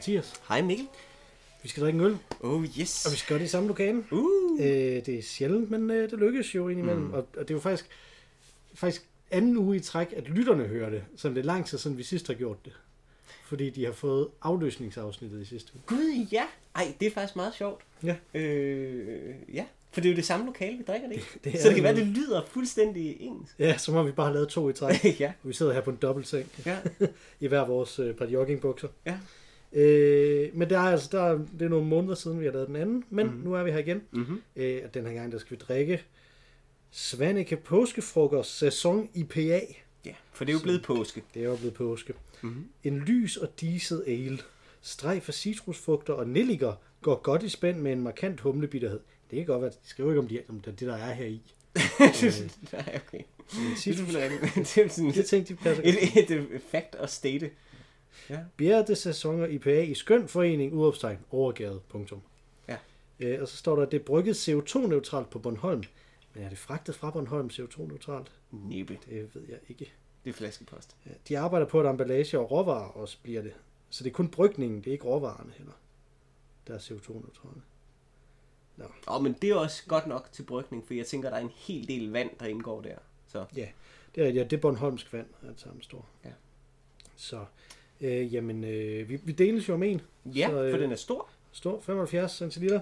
Mathias. Hej Mikkel. Vi skal drikke en øl. Oh yes. Og vi skal gøre det i samme lokale. Det er sjældent, men det lykkes jo indimellem. Og det er jo faktisk anden uge i træk, at lytterne hører det. Så det er lang tid siden, vi sidst har gjort det. Fordi de har fået afløsningsafsnittet i sidste uge. Gud, ja. Ej, det er faktisk meget sjovt. Ja. Ja, for det er jo det samme lokale, vi drikker det i. Det Så det kan være, det lyder fuldstændig ens. Ja, så har vi bare lavet 2 i træk. Ja. Og vi sidder her på en dobbeltseng. Ja. I hver vores par joggingbukser. Ja. Men det er nogle måneder siden, vi har lavet den anden. Men nu er vi her igen. Den her gang, der skal vi drikke Svaneke påskefrokost sæson IPA. Ja, for det er jo blevet påske. Det er jo blevet påske. En lys og diset ale. Strejf af citrusfrugter og nelliker går godt i spænd med en markant humlebitterhed. Det kan godt være, de skriver ikke om det der er her i. Nej, okay. Det tænkte de passer et fact at state. Ja. Bjerre sæsoner IPA i skøn forening, udopstegn, overgade, punktum. Ja. Og så står der, at det er brygget CO2-neutralt på Bornholm. Men er det fragtet fra Bornholm CO2-neutralt? Næppe. Det ved jeg ikke. Det er flaskepost. Ja, de arbejder på, at emballage og råvarer også bliver det. Så det er kun brygningen, det er ikke råvarerne heller. Der er CO2-neutrale. Men det er også godt nok til brygning, for jeg tænker, der er en hel del vand, der indgår der. Så. Ja, det er Bornholmsk vand, alt sammen står. Ja. Så, vi deles jo om en. Ja, så, for den er stor. Stor, 75 centiliter,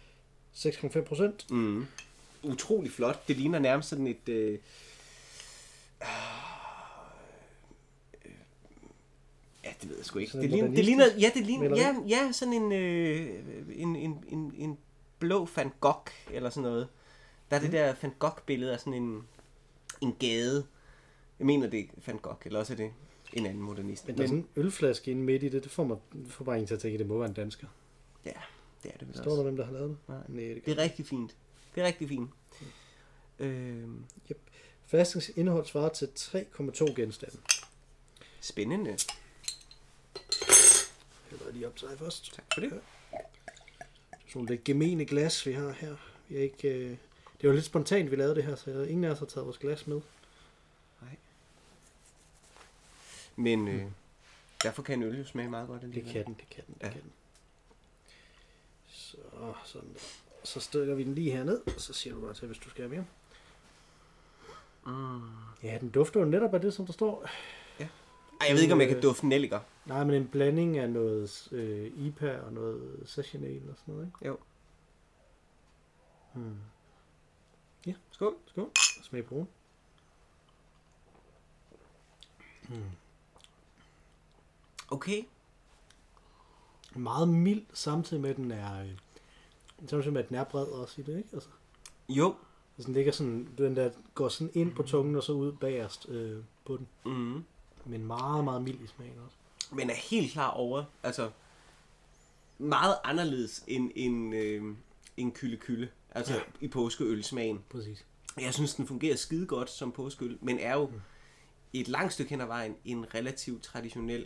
6,5%. Utrolig flot. Det ligner nærmest sådan et... Ja, det ved jeg sgu ikke. Det ligner sådan en blå Van Gogh eller sådan noget. Der er det der Van Gogh-billede af sådan en gade. Jeg mener, det er Van Gogh, eller også er det en anden modernist. Men der er sådan en ølflaske inde midt i det. Det får bare en til at tænke, at det må være en dansker. Ja, det er det vel. Står der, hvem der har lavet det? Nej, det er rigtig fint. Det er rigtig fint. Yep. Flaskens indhold svarer til 3,2 genstande. Spændende. Jeg lader lige op til dig først. Tak for det. Sådan det gemene glas, vi har her. Vi er ikke, det var lidt spontant, vi lavede det her, så ingen af os har taget vores glas med. Nej. Men derfor kan en øl jo smage meget godt. Det kan den. Sådan der. Så stykker vi den lige herned, og så siger du bare til, hvis du skal have mere. Ja, den dufter jo netop af det, som der står. Ja. Ej, jeg ved ikke, om jeg kan dufte nelliker. Nej, men en blanding af noget IPA og noget session ale og sådan noget, ikke? Jo. Ja, skål. Smag på den. Okay. Meget mild, samtidig med, at den er bred også i det, ikke? Altså. Jo. Altså, den ligger sådan, den der går sådan ind på tungen og så ud bagerst på den. Men meget, meget mild i smagen også. Men er helt klar over, altså meget anderledes end en kylde. Altså i påskeølsmagen. Præcis. Jeg synes, den fungerer skide godt som påskeøl, men er jo et langt stykke hen ad vejen en relativt traditionel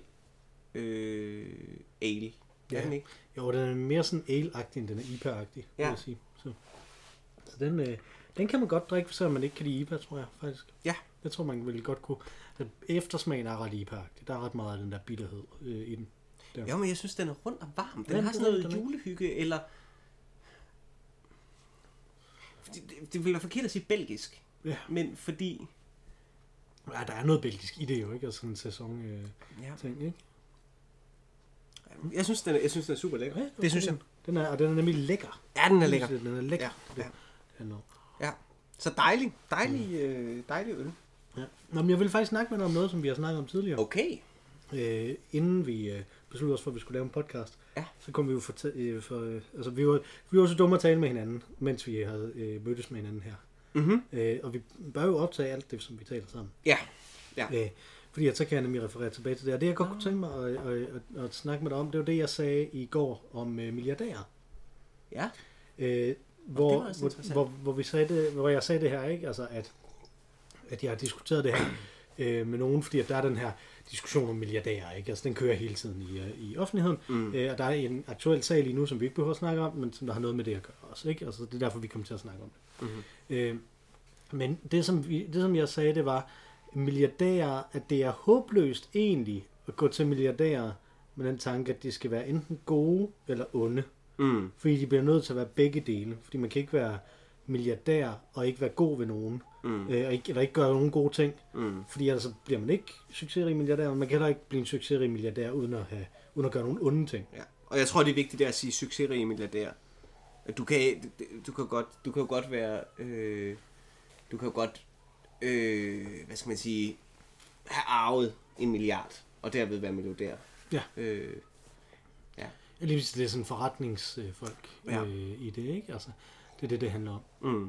ale. Ja. Den ikke? Jo, den er mere sådan ale-agtig, end den er IPA-agtig, vil jeg sige. Så den kan man godt drikke, selvom man ikke kan lide IPA, tror jeg faktisk. Ja. Jeg tror, man vil godt kunne. Eftersmagen er ret IPA-agtig. Der er ret meget af den der bitterhed i den. Der. Jo, men jeg synes, den er rund og varm. Den har sådan noget julehygge, eller... Det vil være forkert at sige belgisk. Ja. Men fordi... Ja, der er noget belgisk i det jo, ikke? Og sådan en sæson ting, ikke? Jeg synes, den er super lækker. Ja, det synes jeg. Den er nemlig lækker. Ja, den er lækker. Den er lækker. Ja. Så dejlig øl. Ja. Nå, men jeg vil faktisk snakke med dig om noget, som vi har snakket om tidligere. Okay. Inden vi besluttede os for, at vi skulle lave en podcast, så kom vi jo altså vi var så dumme at tale med hinanden, mens vi havde mødtes med hinanden her. Og vi bør jo optage alt det, som vi taler sammen. Ja. Fordi så kan jeg nemlig referere tilbage til det. Og det, jeg godt kunne tænke mig at snakke med dig om, det var det, jeg sagde i går om milliardærer. Ja. Hvor jeg sagde det her, ikke? Altså, at jeg har diskuteret det her med nogen, fordi at der er den her diskussion om milliardærer, ikke? Altså, den kører hele tiden i offentligheden. Og der er en aktuel sag lige nu, som vi ikke behøver at snakke om, men som der har noget med det at gøre også, ikke? Altså, det er derfor, vi kommer til at snakke om det. Men det, som jeg sagde, det var, milliardærer, at det er håbløst egentlig at gå til milliardærer, med den tanke, at de skal være enten gode eller onde. Mm. Fordi de bliver nødt til at være begge dele. Fordi man kan ikke være milliardær og ikke være god ved nogen. Eller ikke gøre nogen gode ting. Fordi ellers så bliver man ikke succesrig milliardær, og man kan heller ikke blive en succesrig milliardær uden at gøre nogle onde ting. Ja. Og jeg tror, det er vigtigt at sige succesrig milliardær. Du kan godt være... du kan godt... hvad skal man sige... have arvet 1 milliard, og derved være milliardær. Ja. Ja. Lige det er sådan forretningsfolk i det, ikke? Altså, det er det handler om.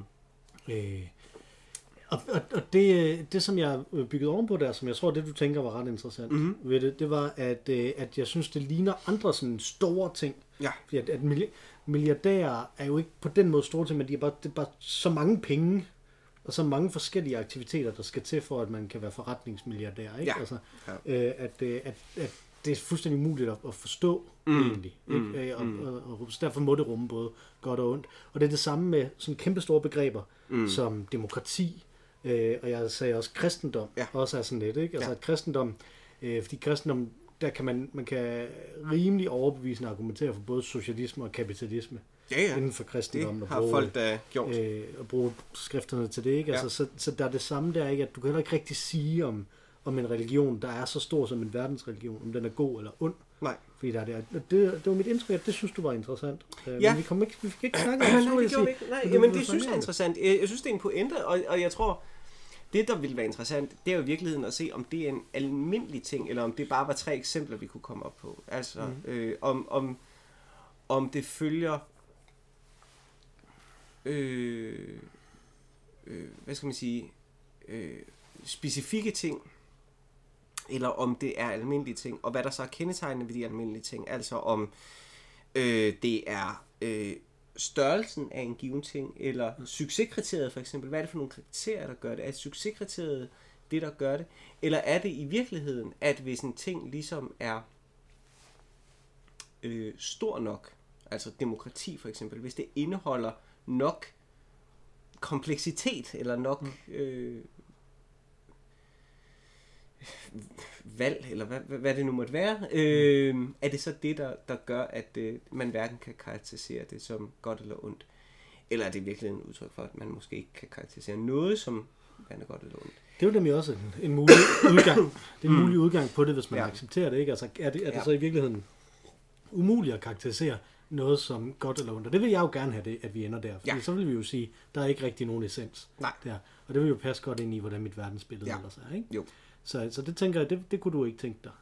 Og det, som jeg byggede ovenpå der, som jeg tror, det du tænker var ret interessant ved det var, at jeg synes, det ligner andre sådan store ting. Ja. Fordi at milliardærer er jo ikke på den måde store ting, men det er bare så mange penge, og så mange forskellige aktiviteter, der skal til for, at man kan være forretningsmilliardær. Ikke? Ja. Altså, at det er fuldstændig umuligt at forstå egentlig. Ikke? Og derfor må det rumme både godt og ondt. Og det er det samme med sådan kæmpe store begreber som demokrati, og jeg sagde også kristendom, også er sådan lidt. Ikke? Altså at kristendom, fordi kristendom, der kan man kan rimelig overbevisende argumentere for både socialisme og kapitalisme. Inden for kristendommen. Det har folk da gjort. Og bruge skrifterne til det, ikke? Ja. Altså, så der er det samme der, ikke? At du kan heller ikke rigtig sige om en religion, der er så stor som en verdensreligion, om den er god eller ond. Nej. Fordi der er det var mit indtryk, at det synes du var interessant. Men vi fik ikke snakke om det. Nej, det gjorde vi ikke. Nej, jamen det synes jeg er interessant. Jeg synes, det er en pointe, og jeg tror, det der ville være interessant, det er jo i virkeligheden at se, om det er en almindelig ting, eller om det bare var 3 eksempler, vi kunne komme op på. Altså, om det følger hvad skal man sige, specifikke ting, eller om det er almindelige ting, og hvad der så er kendetegnende ved de almindelige ting, altså om det er størrelsen af en given ting, eller succeskriteriet for eksempel, hvad er det for nogle kriterier, der gør det? Er succeskriteriet det, der gør det? Eller er det i virkeligheden, at hvis en ting ligesom er stor nok, altså demokrati for eksempel, hvis det indeholder nok kompleksitet, eller nok valg, eller hvad det nu måtte være, er det så det, der gør, at man hverken kan karakterisere det som godt eller ondt? Eller er det virkelig en udtryk for, at man måske ikke kan karakterisere noget som hvad er godt eller ondt? Det er jo nemlig også en mulig udgang. Det er en mulig udgang på det, hvis man accepterer det, ikke? Altså, er det så i virkeligheden umuligt at karakterisere noget som godt eller ondt? Og det vil jeg jo gerne have det, at vi ender der. Fordi så vil vi jo sige, der er ikke rigtig nogen essens der. Og det vil jo passe godt ind i, hvordan mit verdensbillede ellers er, ikke? Jo. Så det tænker jeg, det kunne du ikke tænke dig.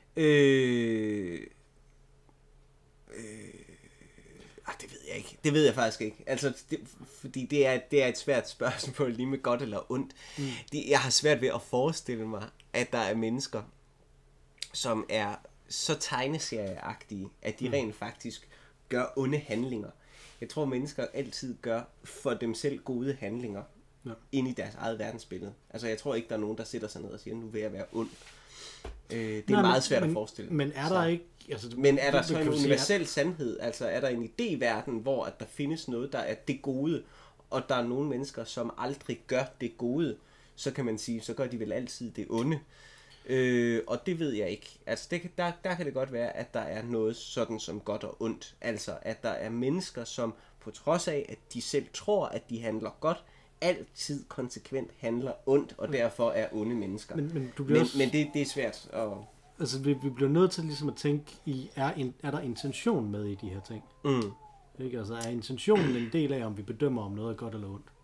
Det ved jeg ikke. Det ved jeg faktisk ikke. Altså, fordi det er et svært spørgsmål lige med godt eller ondt. Jeg har svært ved at forestille mig, at der er mennesker, som er så tegneserieagtige, at de rent faktisk gør onde handlinger. Jeg tror, mennesker altid gør for dem selv gode handlinger ind i deres eget verdensbillede. Altså, jeg tror ikke, der er nogen, der sætter sig ned og siger, nu vil jeg være ond. Det er meget svært at forestille. Men er der ikke... Altså, men er der så en universel sandhed? Altså, er der en idé i verden, hvor at der findes noget, der er det gode, og der er nogle mennesker, som aldrig gør det gode, så kan man sige, så gør de vel altid det onde. Og det ved jeg ikke. Altså, der kan det godt være, at der er noget sådan som godt og ondt. Altså, at der er mennesker, som på trods af, at de selv tror, at de handler godt, altid konsekvent handler ondt, og derfor er onde mennesker. Men det er svært at... Altså, vi bliver nødt til ligesom at tænke i, er der intention med i de her ting? Ikke? Altså, er intentionen en del af, om vi bedømmer, om noget er godt eller ondt?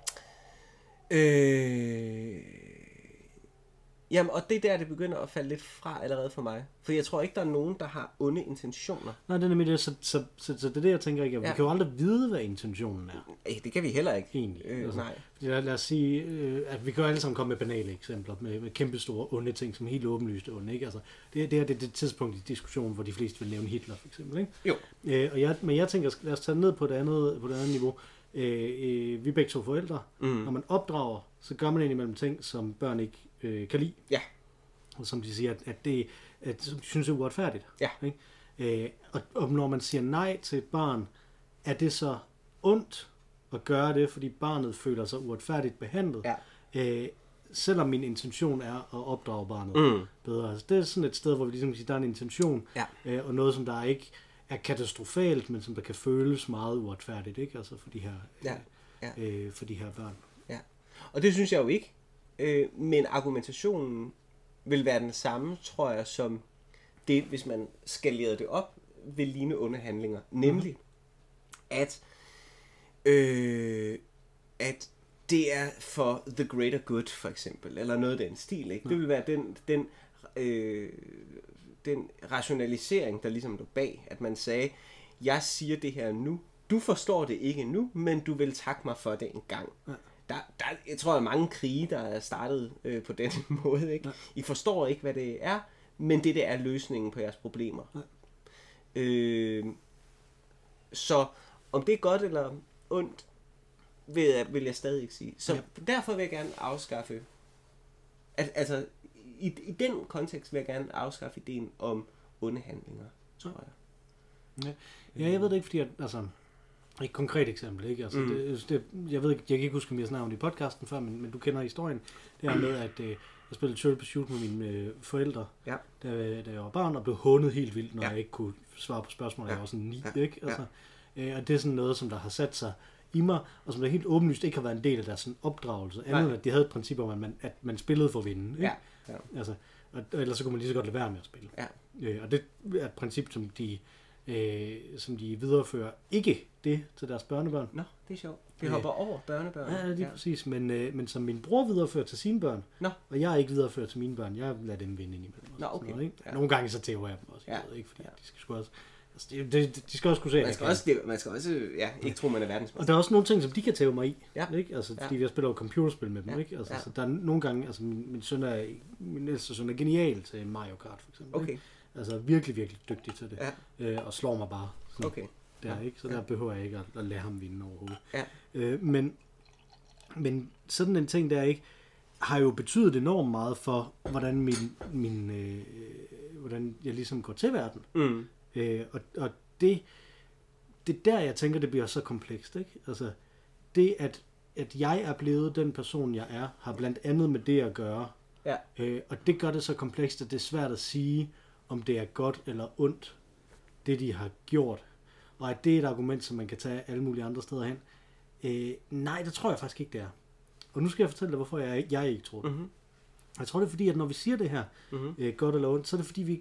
Jamen, og det der, det begynder at falde lidt fra allerede for mig. For jeg tror ikke, der er nogen, der har onde intentioner. Nej, det er nemlig det. Så det er det, jeg tænker ikke. Vi kan jo aldrig vide, hvad intentionen er. Det kan vi heller ikke. Egentlig. Altså, nej. Lad os sige, at vi kan jo alle sammen komme med banale eksempler, med kæmpe store onde ting, som er helt åbenlyst onde. Ikke? Altså, det er det tidspunkt i diskussionen, hvor de fleste vil nævne Hitler, for eksempel. Ikke? Jo. Men jeg tænker, lad os tage ned på det andet niveau. Vi er begge to forældre. Når man opdrager, så gør man indimellem ting, som børn ikke kan lide. Ja. Og som de siger, at de synes er uretfærdigt. Ja. Ikke? Og når man siger nej til et barn, er det så ondt at gøre det, fordi barnet føler sig uretfærdigt behandlet? Ja. selvom min intention er at opdrage barnet bedre. Altså, det er sådan et sted, hvor vi ligesom kan sige, der er en intention, og noget, som der ikke er katastrofalt, men som der kan føles meget uretfærdigt, ikke? Altså for de her børn. Ja. Og det synes jeg jo ikke. Men argumentationen vil være den samme, tror jeg, som det, hvis man skalerede det op, vil ligne underhandlinger. Nemlig, at det er for the greater good, for eksempel, eller noget af den stil. Ikke? Det vil være den rationalisering, der ligesom lå bag, at man sagde, jeg siger det her nu, du forstår det ikke nu, men du vil takke mig for det en gang. Ja. Jeg tror, der er mange krige, der er startet på den måde. Ikke? Ja. I forstår ikke, hvad det er, men det er løsningen på jeres problemer. Ja. Så om det er godt eller ondt, vil jeg stadig ikke sige. Så derfor vil jeg gerne afskaffe, altså i den kontekst vil jeg gerne afskaffe ideen om onde handlinger, tror jeg. Ja, jeg ved det ikke, fordi altså et konkret eksempel, ikke? Altså, jeg ved ikke, jeg kan ikke huske, om jeg snakkede om det i podcasten før, men du kender historien. Det er med, at jeg spillede Trivial Pursuit med mine forældre, da jeg var barn, og blev hånet helt vildt, når jeg ikke kunne svare på spørgsmål. Jeg var sådan 9, ikke? Altså, og det er sådan noget, som der har sat sig i mig, og som der helt åbenlyst ikke har været en del af deres sådan opdragelse. Andet end, at de havde et princip om, at man spillede for at vinde, ikke? Ja. Altså, og ellers så kunne man lige så godt lade være med at spille. Ja. Og det er et princip, som de viderefører ikke det til deres børnebørn. Nå, det er sjovt. De hopper over børnebørn. Ja, det er præcis. Men som min bror viderefører til sine børn, og jeg ikke viderefører til mine børn, jeg lader dem vinde indimellem. Nå, okay. Noget, ikke? Nogle gange så tæver jeg dem også. Jeg ved ikke, fordi de skal sgu også... Altså, de skal også kunne se, man skal også ikke tro, man er verdensmester. Og der er også nogle ting, som de kan tæve mig i. Ikke? Altså, fordi jeg spiller jo computerspil med dem. Ikke? Altså, så der er nogle gange... Altså, min ældste søn er genial til Mario Kart, for eksempel. Okay. Ikke? Altså virkelig, virkelig dygtig til det. Og slår mig bare. Sådan, der, ikke? Så der behøver jeg ikke at lade ham vinde overhovedet. Ja. Men sådan en ting der ikke har jo betydet enormt meget for, hvordan hvordan jeg ligesom går til verden. Og det er der, jeg tænker, det bliver så komplekst. Ikke? Altså, det, at jeg er blevet den person, jeg er, har blandt andet med det at gøre. Ja. Og det gør det så komplekst, at det er svært at sige, om det er godt eller ondt, det de har gjort. Og at det er et argument, som man kan tage alle mulige andre steder hen. Nej, det tror jeg faktisk ikke, det er. Og nu skal jeg fortælle dig, hvorfor jeg ikke tror det. Mm-hmm. Jeg tror, det er fordi, at når vi siger det her, godt eller ondt, så er det fordi,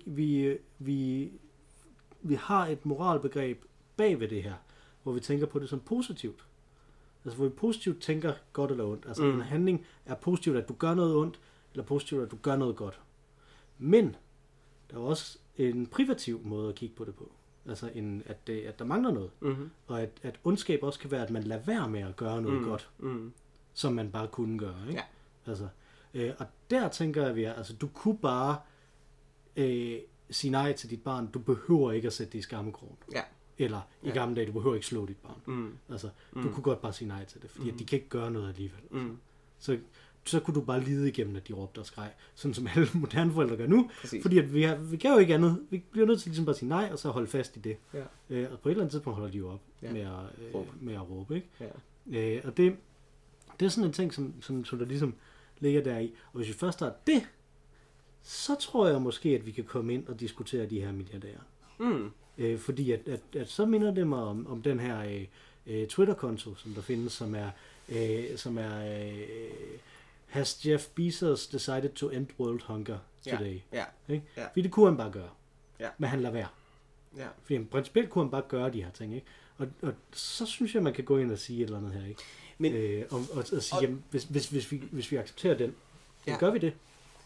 vi har et moralbegreb bag ved det her, hvor vi tænker på det som positivt. Altså, hvor vi positivt tænker godt eller ondt. Altså, en handling er positivt, at du gør noget ondt, eller positivt, at du gør noget godt. Men der er også en privativ måde at kigge på det på. Altså, at der mangler noget. Mm-hmm. Og at ondskab også kan være, at man lader være med at gøre noget godt, som man bare kunne gøre. Ikke? Ja. Altså, og der tænker jeg, altså, du kunne bare sige nej til dit barn. Du behøver ikke at sætte det i skammekrogen. Ja. Eller i gamle dage, du behøver ikke slå dit barn. Altså, du kunne godt bare sige nej til det, fordi at de kan ikke gøre noget alligevel. Altså. Så kunne du bare lide igennem, at de råbte og skreg, sådan som alle moderne forældre gør nu. Præcis. Fordi at vi kan jo ikke andet. Vi bliver nødt til ligesom bare at sige nej, og så holde fast i det. Ja. Og på et eller andet tidspunkt holder de jo op med at råbe. Ikke? Ja. Og det er sådan en ting, som der ligesom ligger der i. Og hvis vi først har det, så tror jeg måske, at vi kan komme ind og diskutere de her milliardærer. Fordi at så minder det mig om den her Twitter-konto, som der findes, som er Has Jeff Bezos decided to end world hunger today? Ja. Ikke? Ja. Fordi det kunne han bare gøre. Ja. Men han lader være. Ja. Fordi principielt kunne han bare gøre de her ting. Ikke? Og så synes jeg, man kan gå ind og sige et eller andet her. Ikke? Men, og sige, jamen, hvis vi accepterer den, så gør vi det.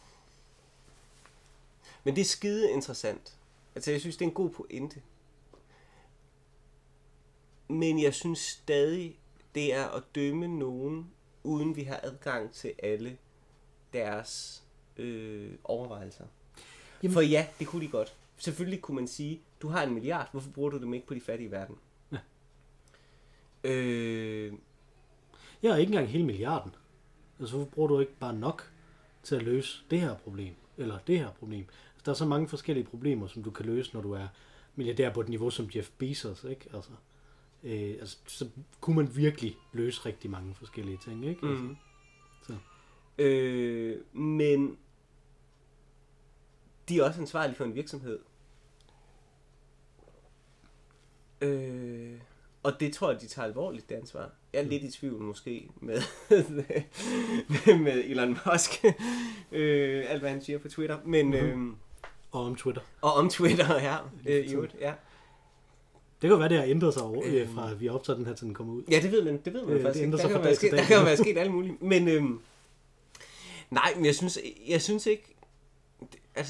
Men det er skide interessant. Altså, jeg synes, det er en god pointe. Men jeg synes stadig, det er at dømme nogen, uden vi har adgang til alle deres overvejelser. Jamen. For ja, det kunne de godt. Selvfølgelig kunne man sige, du har 1 milliard, hvorfor bruger du dem ikke på de fattige i verden? Ja. Jeg har ikke engang hele milliarden. Altså, hvorfor bruger du ikke bare nok til at løse det her problem? Eller det her problem? Altså, der er så mange forskellige problemer, som du kan løse, når du er milliardær på et niveau som Jeff Bezos, ikke? Altså, så kunne man virkelig løse rigtig mange forskellige ting, ikke? Altså, Men de er også ansvarlige for en virksomhed. Og det tror jeg, de tager alvorligt, det ansvar. Jeg er lidt i tvivl måske med Elon Musk. Alt hvad han siger på Twitter. Men, og om Twitter. Og om Twitter, ja. Ja. Det kan være, det har ændret sig over, fra at vi har optaget den her, til den kommer ud. Ja, det ved man faktisk ikke. Der kan jo være sket alt muligt. Men nej, men jeg synes ikke, altså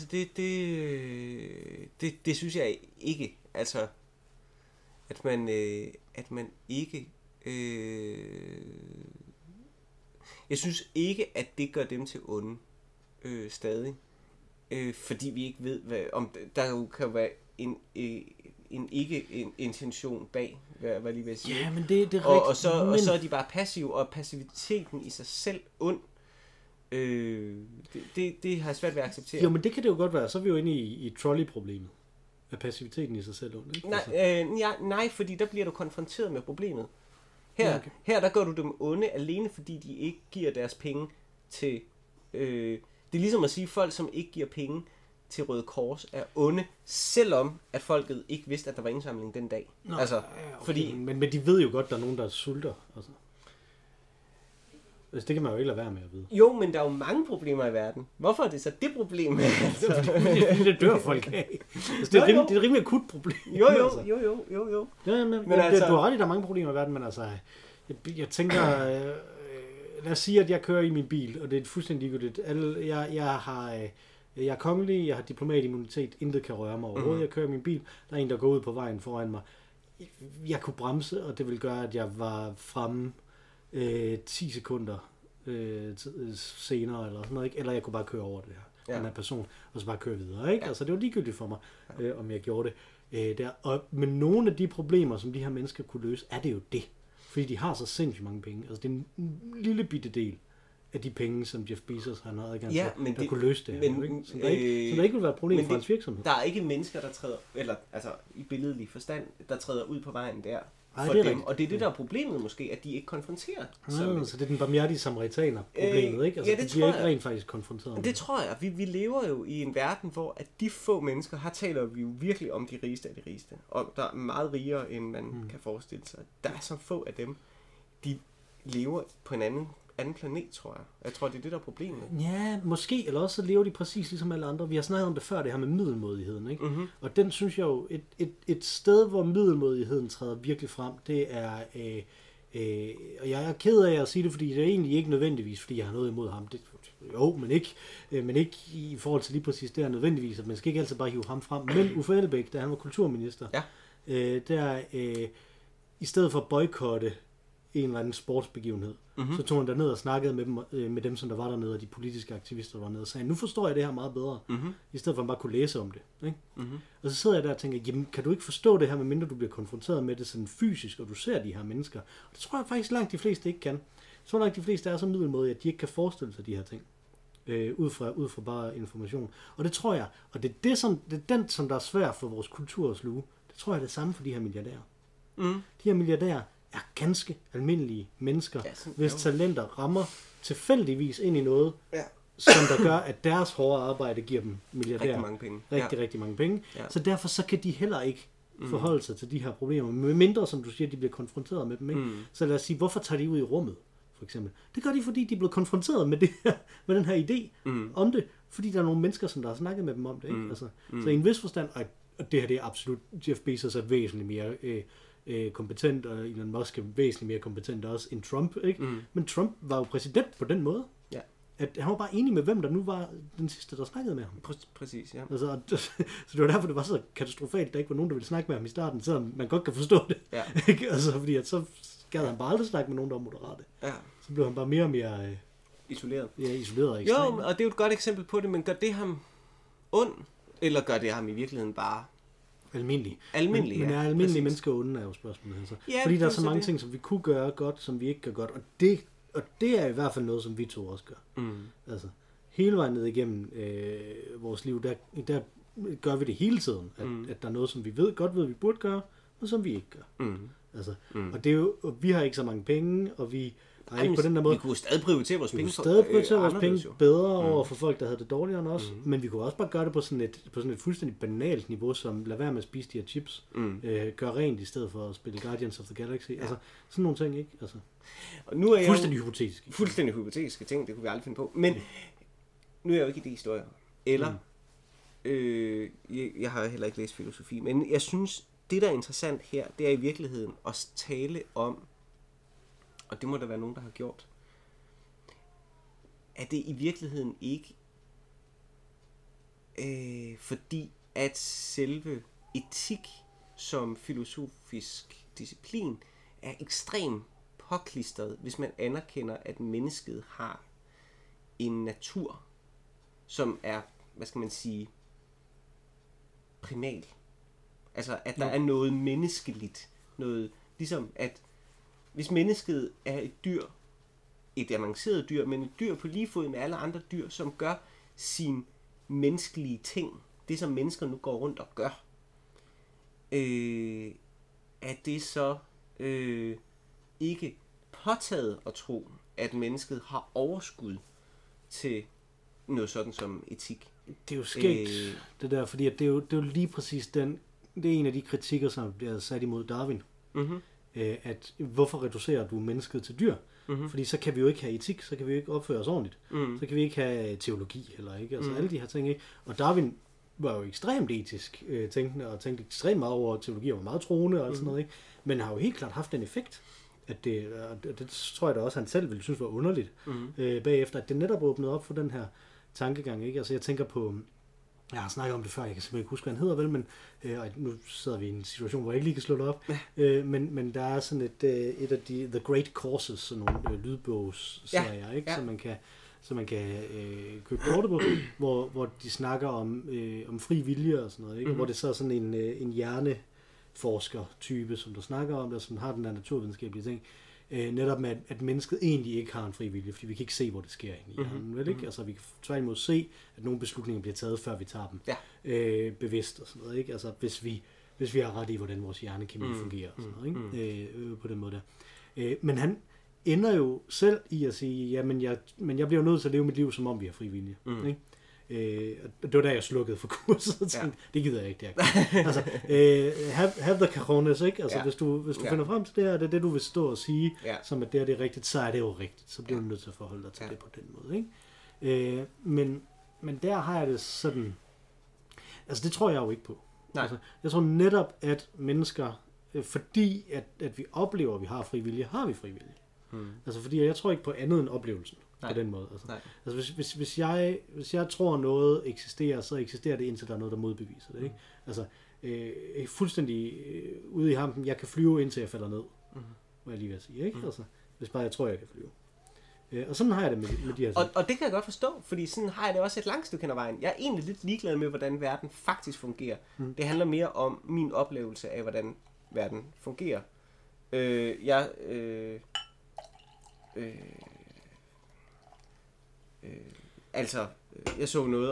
det synes jeg ikke, altså at man ikke jeg synes ikke, at det gør dem til onde stadig, fordi vi ikke ved, om der kan være en intention bag, hvad lige vil sige. Ja, men det er og så er de bare passive, og passiviteten i sig selv ond. Det har jeg svært ved at acceptere. Jo, men det kan det jo godt være. Så er vi jo inde i trolley-problemet. Er passiviteten i sig selv ond, ikke? Nej, fordi der bliver du konfronteret med problemet. Her der gør du dem onde, alene fordi de ikke giver deres penge til... det er ligesom at sige, at folk, som ikke giver penge til Røde Kors, er onde, selvom at folket ikke vidste, at der var indsamling den dag. Nå, altså, okay. Fordi... Men de ved jo godt, at der er nogen, der sulter. Altså. Det kan man jo ikke lade være med at vide. Jo, men der er jo mange problemer i verden. Hvorfor er det så det problem? Altså? Det dør folk af. Altså, det er et rimelig akut problem. Jo. Ja, men altså... Du har ret i, der er mange problemer i verden, men altså, jeg tænker, lad os sige, at jeg kører i min bil, og det er fuldstændig ligegyldigt. Jeg er kongelig, jeg har diplomatimmunitet, intet kan røre mig overhovedet. Jeg kører i min bil, der er en, der går ud på vejen foran mig. Jeg kunne bremse, og det ville gøre, at jeg var fremme 10 sekunder senere, eller sådan noget, ikke? Eller jeg kunne bare køre over det her, den her person, og så bare køre videre, ikke? Ja. Altså det var ligegyldigt for mig, om jeg gjorde det der. Og med nogle af de problemer, som de her mennesker kunne løse, er det jo det. Fordi de har så sindssygt mange penge. Altså det er en lille bitte del af de penge, som Jeff Bezos har adgang til, der kunne løse det her. Så der ikke vil være et problem for hans virksomhed. Der er ikke mennesker, der træder, eller altså i billedlig forstand, der træder ud på vejen der. For dem. Rigtigt. Og det er det, der er problemet måske, at de ikke konfronterer. Så det er den barmhjertige samaritaner-problemet, ikke? Altså, de bliver ikke rent faktisk konfronteret. Det tror jeg. Vi lever jo i en verden, hvor at de få mennesker, her taler vi jo virkelig om de rigeste af de rigeste, og der er meget rigere, end man kan forestille sig. Der er så få af dem, de lever på en anden planet, tror jeg. Jeg tror, det er det, der er problemet. Ja, måske, eller også så lever de præcis ligesom alle andre. Vi har snakket om det før, det her med middelmådigheden, ikke? Mm-hmm. Og den synes jeg jo, et sted, hvor middelmådigheden træder virkelig frem, det er, og jeg er ked af at sige det, fordi det er egentlig ikke nødvendigvis, fordi jeg har noget imod ham. Men ikke i forhold til lige præcis det her nødvendigvis, at man skal ikke altid bare hive ham frem. Men Uffe Elbæk, da han var kulturminister, i stedet for at boykotte en eller anden sportsbegivenhed, så tog han derned og snakkede med dem, som der var dernede, og de politiske aktivister, der var nede, og sagde, nu forstår jeg det her meget bedre, i stedet for at man bare kunne læse om det. Ikke? Og så sidder jeg der og tænker, jamen, kan du ikke forstå det her, medmindre du bliver konfronteret med det sådan fysisk, og du ser de her mennesker? Og det tror jeg faktisk langt de fleste ikke kan. Så langt de fleste er så middelmådige, at de ikke kan forestille sig de her ting, ud fra bare information. Og det tror jeg, og det er den, som der er svært for vores kultur at sluge. Det tror jeg er det samme for de her milliardærer. De her milliardærer er ganske almindelige mennesker, hvis talenter rammer tilfældigvis ind i noget, som der gør, at deres hårde arbejde giver dem milliardærer rigtig mange penge. Ja. Så derfor så kan de heller ikke forholde sig til de her problemer, med mindre, som du siger, de bliver konfronteret med dem. Ikke? Så lad os sige, hvorfor tager de ud i rummet, for eksempel? Det gør de, fordi de er blevet konfronteret med, med den her idé om det, fordi der er nogle mennesker, som der har snakket med dem om det. Ikke? Altså, så i en vis forstand, og det her det er absolut, Jeff Bezos er væsentligt mere kompetent, og Elon Musk er væsentligt mere kompetent også end Trump, ikke? Men Trump var jo præsident på den måde, at han var bare enig med, hvem der nu var den sidste, der snakkede med ham. Præcis, ja. Altså, så det var derfor, det var så katastrofalt, at der ikke var nogen, der ville snakke med ham i starten, selvom man godt kan forstå det. Ja. Altså, fordi at så gad han bare aldrig snakke med nogen, der var moderate. Ja. Så blev han bare mere og mere isoleret. Ja, isoleret og ekstrem. Jo, og det er jo et godt eksempel på det, men gør det ham ond, eller gør det ham i virkeligheden bare almindelig. Men er almindelige mennesker onde, er jo spørgsmålet. Altså. Ja, fordi der er så mange ting, som vi kunne gøre godt, som vi ikke gør godt. Og det er i hvert fald noget, som vi to også gør. Altså, hele vejen ned igennem vores liv, der gør vi det hele tiden. At der er noget, som vi godt ved, vi burde gøre, og som vi ikke gør. Altså, og det er jo, og vi har ikke så mange penge, og vi Nej, ikke på den der måde. Vi kunne stadig prioritere vores penge. Vi kunne stadig prioritere vores penge bedre over for folk, der havde det dårligere end os. Men vi kunne også bare gøre det på sådan et fuldstændig banalt niveau, som lad være med at spise de her chips. Gør rent i stedet for at spille Guardians of the Galaxy. Altså, sådan nogle ting, ikke? Altså, og nu er jeg fuldstændig hypotetiske. Fuldstændig hypotetiske ting, det kunne vi aldrig finde på. Men nu er jeg jo ikke idehistoriker. Eller, jeg har heller ikke læst filosofi, men jeg synes, det der er interessant her, det er i virkeligheden at tale om, og det må der være nogen, der har gjort, at det i virkeligheden ikke, fordi at selve etik som filosofisk disciplin er ekstremt påklistret, hvis man anerkender, at mennesket har en natur, som er, hvad skal man sige, primal. Altså, at der er noget menneskeligt. Noget, ligesom at hvis mennesket er et dyr, et avanceret dyr, men et dyr på lige fod med alle andre dyr, som gør sin menneskelige ting, det som mennesker nu går rundt og gør, at det så ikke påtaget at tro, at mennesket har overskud til noget sådan som etik. Det er jo skægt, det der, fordi at det er jo lige præcis det er en af de kritikker, som bliver sat imod Darwin. At hvorfor reducerer du mennesket til dyr? Fordi så kan vi jo ikke have etik, så kan vi jo ikke opføre os ordentligt. Så kan vi ikke have teologi heller, ikke? Altså alle de her ting, ikke? Og Darwin var jo ekstremt etisk tænkende, og tænkte ekstremt meget over teologi, og var meget troende og sådan noget, ikke? Men har jo helt klart haft den effekt, at det tror jeg da også, han selv ville synes var underligt bagefter, at det netop åbnede op for den her tankegang, ikke? Altså jeg tænker på, jeg har snakket om det før, jeg kan simpelthen ikke huske, hvad han hedder vel, men nu sidder vi i en situation, hvor jeg ikke lige kan slå det op, men der er sådan et af de The Great Courses, sådan nogle lydbogsserier, ikke? Så man kan købe kortet på, hvor de snakker om fri vilje og sådan noget, ikke? Hvor det så er sådan en hjerneforsker-type, som der snakker om det, som har den der naturvidenskabelige ting, netop med, at mennesket egentlig ikke har en fri vilje, fordi vi kan ikke se, hvor det sker inde i hjernen, vel ikke? Altså vi kan tværtimod se, at nogle beslutninger bliver taget, før vi tager dem bevidst og sådan noget, ikke? Altså hvis vi har ret i, hvordan vores hjernekemi fungerer og sådan noget, ikke? På den måde der. Men han ender jo selv i at sige, ja, men jeg bliver nødt til at leve mit liv, som om vi har fri vilje, ikke? Det var da jeg slukkede for kurset og tænkte, det gider jeg ikke, det her. Altså, have the cajones, ikke? Altså, hvis du finder frem til det her, det er det, du vil stå og sige, som at det er rigtigt, så er det jo rigtigt. Så bliver du nødt til at forholde dig til det på den måde, ikke? Men der har jeg det sådan, altså det tror jeg jo ikke på. Altså, jeg tror netop, at mennesker, fordi at vi oplever, at vi har fri vilje, har vi fri vilje. Altså fordi jeg tror ikke på andet end oplevelsen. På den måde. Altså hvis jeg tror noget eksisterer, så eksisterer det, indtil der er noget, der modbeviser det. Ikke? Altså fuldstændig ude i hampen, jeg kan flyve, indtil jeg falder ned. Må jeg lige vil sige. Ikke? Altså, hvis bare jeg tror, jeg kan flyve. Og sådan har jeg det med de her ting. Og det kan jeg godt forstå, fordi sådan har jeg det også et langt stykke hen ad vejen. Jeg er egentlig lidt ligeglad med, hvordan verden faktisk fungerer. Det handler mere om min oplevelse af, hvordan verden fungerer. Jeg så noget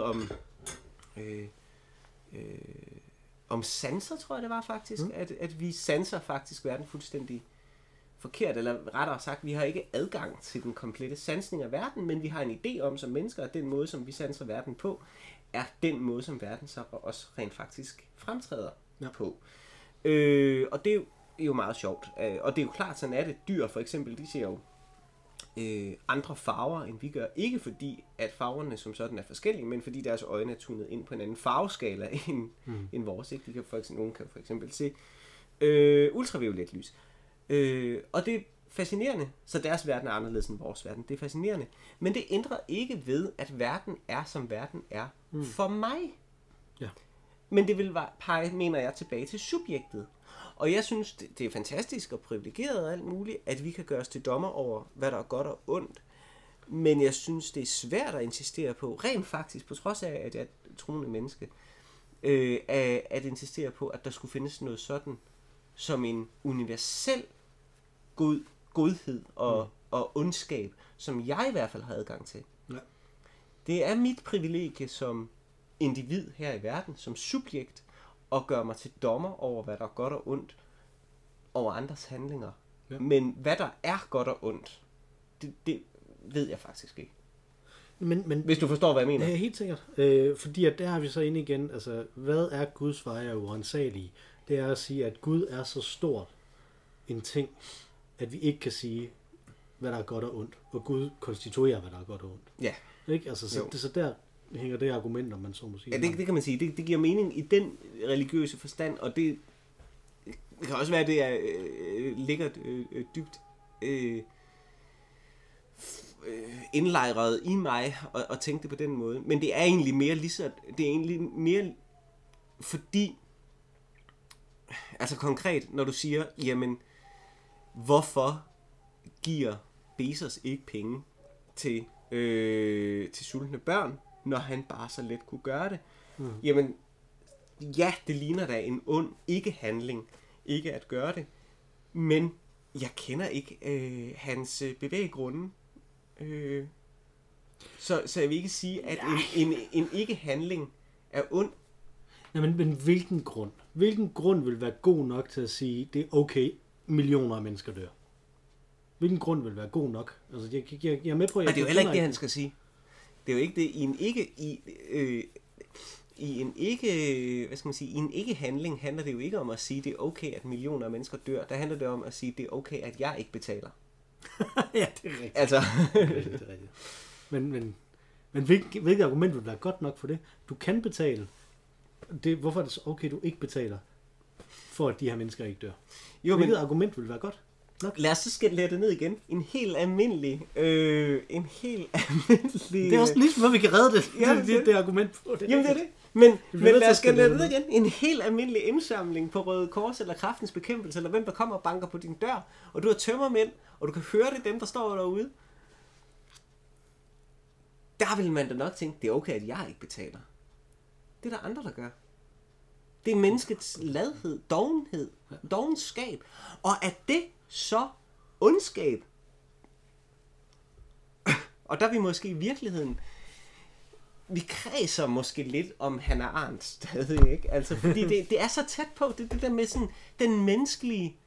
om sanser, tror jeg det var faktisk, at vi sanser faktisk verden fuldstændig forkert, eller rettere sagt, vi har ikke adgang til den komplette sansning af verden, men vi har en idé om som mennesker, at den måde, som vi sanser verden på, er den måde, som verden så også rent faktisk fremtræder på. Og det er jo meget sjovt, og det er jo klart, sådan er det. Dyr for eksempel, de ser jo andre farver, end vi gør. Ikke fordi, at farverne som sådan er forskellige, men fordi deres øjne er tunet ind på en anden farveskala end vores. Ikke? Nogen kan for eksempel se ultraviolet lys. Og det er fascinerende. Så deres verden er anderledes end vores verden. Det er fascinerende. Men det ændrer ikke ved, at verden er, som verden er for mig. Ja. Men det vil pege, mener jeg, tilbage til subjektet. Og jeg synes, det er fantastisk og privilegeret og alt muligt, at vi kan gøre os til dommer over, hvad der er godt og ondt. Men jeg synes, det er svært at insistere på, rent faktisk, på trods af, at jeg er et troende menneske, at insistere på, at der skulle findes noget sådan, som en universel godhed og ondskab, som jeg i hvert fald har adgang til. Ja. Det er mit privilegie som individ her i verden, som subjekt, og gøre mig til dommer over, hvad der er godt og ondt over andres handlinger. Ja. Men hvad der er godt og ondt, det ved jeg faktisk ikke. Men, hvis du forstår, hvad jeg mener. Ja, helt sikkert. Fordi at der har vi så inde igen, altså, hvad er Guds veje af urensagelige? Det er at sige, at Gud er så stort en ting, at vi ikke kan sige, hvad der er godt og ondt. Og Gud konstituerer, hvad der er godt og ondt. Ja. Ikke? Altså, så der hænger det argument, om man så må sige. Ja, det kan man sige. Det giver mening i den religiøse forstand, og det kan også være, at det er ligger dybt indlejret i mig at tænke det på den måde. Men det er egentlig mere fordi, altså konkret, når du siger, jamen, hvorfor giver Bezos ikke penge til sultne børn, når han bare så let kunne gøre det? Jamen, ja, det ligner da en ond ikke-handling, ikke at gøre det, men jeg kender ikke hans bevæggrunde. Så jeg vil ikke sige, at en ikke-handling er ond. Nej, men hvilken grund? Hvilken grund vil være god nok til at sige, det er okay, millioner af mennesker dør? Hvilken grund vil være god nok? Altså, jeg er med på, at det er jo heller ikke det, han skal sige. Det er jo ikke det i en ikke-handling handler det jo ikke om at sige, det er okay, at millioner af mennesker dør. Der handler det om at sige, det er okay, at jeg ikke betaler. Ja, det er rigtigt. Altså. Det er rigtigt. Men hvilket argument vil være godt nok for det? Du kan betale. Hvorfor er det så okay, du ikke betaler, for at de her mennesker ikke dør? Hvilket argument vil være godt nok? Lad os så skælde det ned igen. En helt almindelig... Det er også ligesom, hvor vi kan redde det. Ja, det argument på det. Jamen, det er det. Men lad os skælde det ned igen. En helt almindelig indsamling på Røde Kors, eller Kræftens Bekæmpelse, eller hvem der kommer og banker på din dør, og du har tømmermænd, og du kan høre det, dem der står derude. Der vil man da nok tænke, det er okay, at jeg ikke betaler. Det er der andre, der gør. Det er menneskets ladhed, dovenhed, dovenskab. Og at det så ondskab, og der er vi måske i virkeligheden, vi kredser måske lidt om Hannah Arendt stadig, ikke? Altså, fordi det er så tæt på, det der med sådan, den menneskelige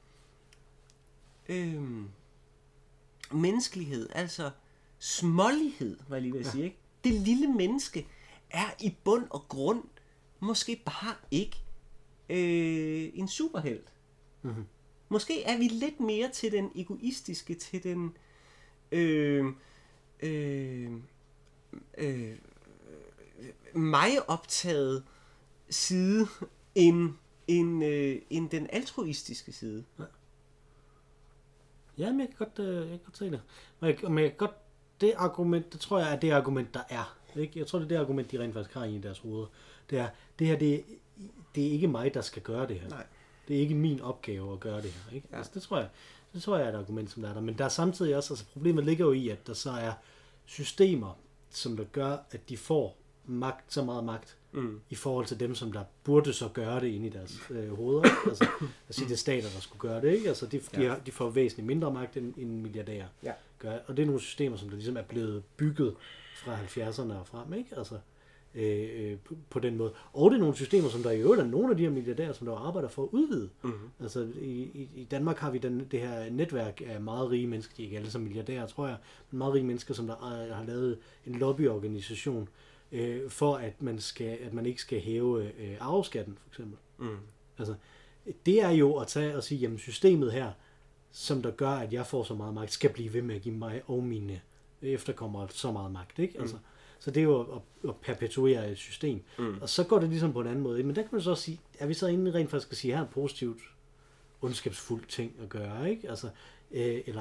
menneskelighed, altså smålighed, hvad jeg lige vil sige, ikke? Det lille menneske er i bund og grund måske bare ikke en superhelt. Mm-hmm. Måske er vi lidt mere til den egoistiske, til den mig optaget side end den altruistiske side. Ja, men jeg kan godt se det. Men jeg kan godt, det argument, det tror jeg er det argument, der er. Ikke? Jeg tror, det er det argument, de rent faktisk har i deres hoveder. Det er, det her, det er ikke mig, der skal gøre det her. Nej. Det er ikke min opgave at gøre det her. Ikke? Ja. Altså, det tror jeg er et argument, som der er der. Men der er samtidig også, altså problemet ligger jo i, at der så er systemer, som der gør, at de får så meget magt i forhold til dem, som der burde så gøre det inde i deres hoveder. Altså, at sige, det er stater, der skulle gøre det. Ikke? Altså, de får væsentligt mindre magt, end milliardærer gør. Og det er nogle systemer, som der ligesom er blevet bygget fra 70'erne og frem. Ikke? Altså, på den måde. Og det er nogle systemer, som der i øvrigt er nogle af de her milliardærer, som der arbejder for at udvide. Mm-hmm. Altså i Danmark har vi det her netværk af meget rige mennesker, de er ikke alle som milliardærer, tror jeg, men meget rige mennesker, som der har lavet en lobbyorganisation for at man ikke skal hæve arveskatten, for eksempel. Mm. Altså, det er jo at tage og sige, jamen systemet her, som der gør, at jeg får så meget magt, skal blive ved med at give mig og mine efterkommere så meget magt, ikke? Altså, så det er jo at perpetuere et system. Mm. Og så går det ligesom på en anden måde. Men der kan man så også sige, er vi så inde rent faktisk at sige, her er en positivt ondskabsfuld ting at gøre, ikke? Altså, eller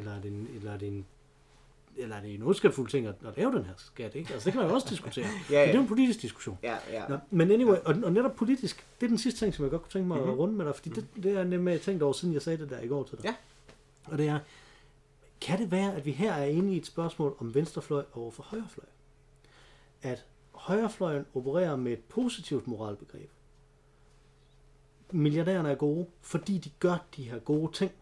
er det en ondskabsfuld ting at lave den her skat, ikke? Altså, det kan man jo også diskutere. Men det er jo en politisk diskussion. Ja. Nå, men anyway, og netop politisk, det er den sidste ting, som jeg godt kunne tænke mig at runde med dig, fordi det er nemlig jeg tænkt over, siden jeg sagde det der i går til dig. Ja. Og det er, kan det være, at vi her er inde i et spørgsmål om venstrefløj over for højrefløj? At højrefløjen opererer med et positivt moralbegreb. Milliardærerne er gode, fordi de gør de her gode ting.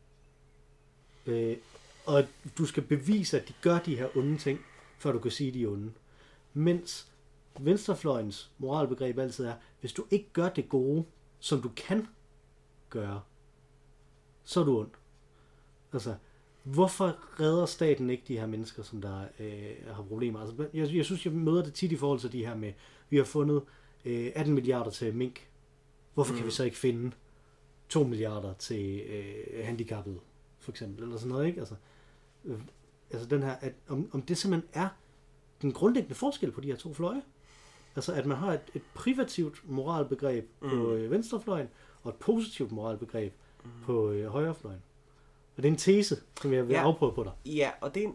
Og du skal bevise, at de gør de her onde ting, før du kan sige, de er onde. Mens venstrefløjens moralbegreb altid er, hvis du ikke gør det gode, som du kan gøre, så er du ond. Altså, hvorfor redder staten ikke de her mennesker, som der har problemer? Altså, jeg synes, jeg møder det tit i forhold til de her med, vi har fundet 18 milliarder til mink. Hvorfor kan vi så ikke finde 2 milliarder til handicappede, for eksempel, eller sådan noget, ikke? Altså den her, at, om det simpelthen er den grundlæggende forskel på de her to fløje. Altså, at man har et privativt moralbegreb på venstrefløjen, og et positivt moralbegreb på højrefløjen. Og det er en tese, som jeg vil afprøve på dig. Ja, og det er en...